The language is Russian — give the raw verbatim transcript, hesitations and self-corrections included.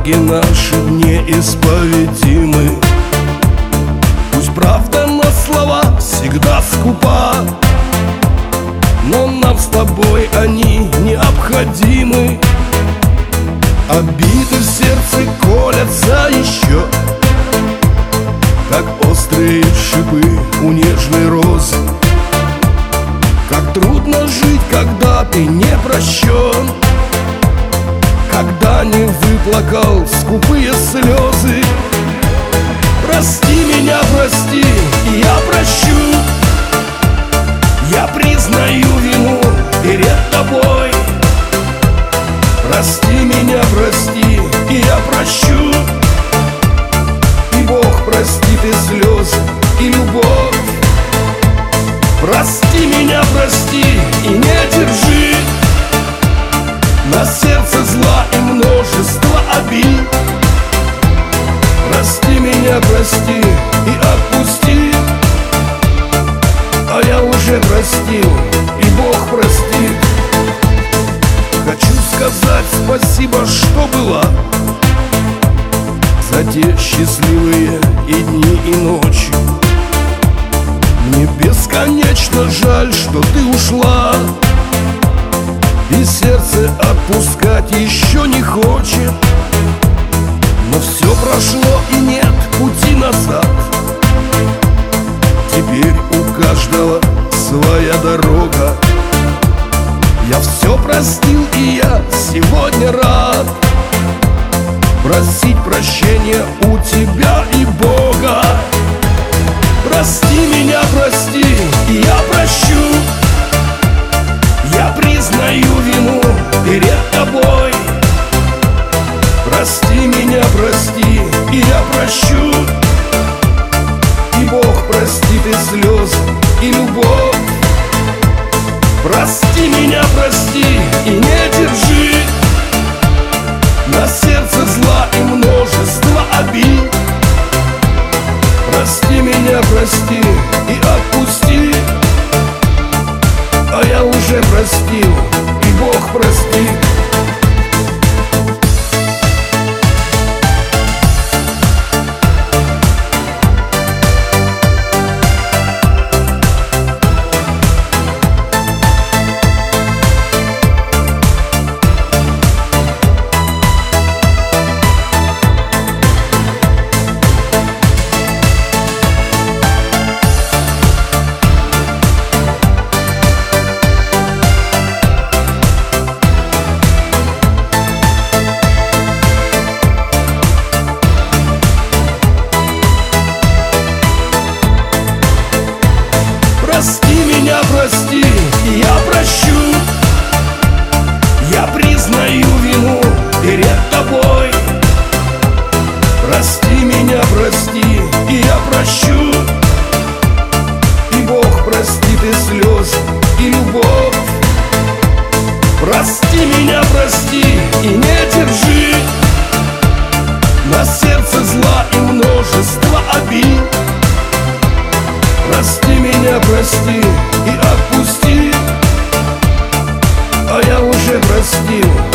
Дороги наши неисповедимы. Пусть правда на слова всегда скупа, но нам с тобой они необходимы. Обиды в сердце колятся еще, как острые шипы у нежной розы. Как трудно жить, когда ты не прощен, когда не выплакал скупые слезы. Прости меня, прости, и я прощу. Я признаю вину перед тобой. Прости меня, прости, и я прощу. И Бог простит и слезы, и любовь. Прости меня, прости, и не держи на сердце зла и множество обид. Прости меня, прости и отпусти. А я уже простил, и Бог простит. Хочу сказать спасибо, что была, за те счастливые и дни, и ночи. Мне бесконечно жаль, что ты ушла, и сердце отпускать еще не хочет. Но все прошло, и нет пути назад. Теперь у каждого своя дорога. Я все простил, и я сегодня рад просить прощения у тебя и Бога. Прости меня, прости, и я прощу. Я признаю вину перед тобой. Прости меня, прости, и я прощу. И Бог простит и слезы, и любовь. Прости меня, прости, и не держи на сердце зла и множество обид. Прости меня, прости и отпусти. А я уже простил, и Бог простит. Прости меня, прости, и я прощу. Я признаю вину перед тобой. Прости меня, прости, и я прощу. И Бог простит и слезы, и любовь. Прости меня, прости, и не держи на сердце зла и множество обид. Прости меня, прости и отпусти. А я уже простил,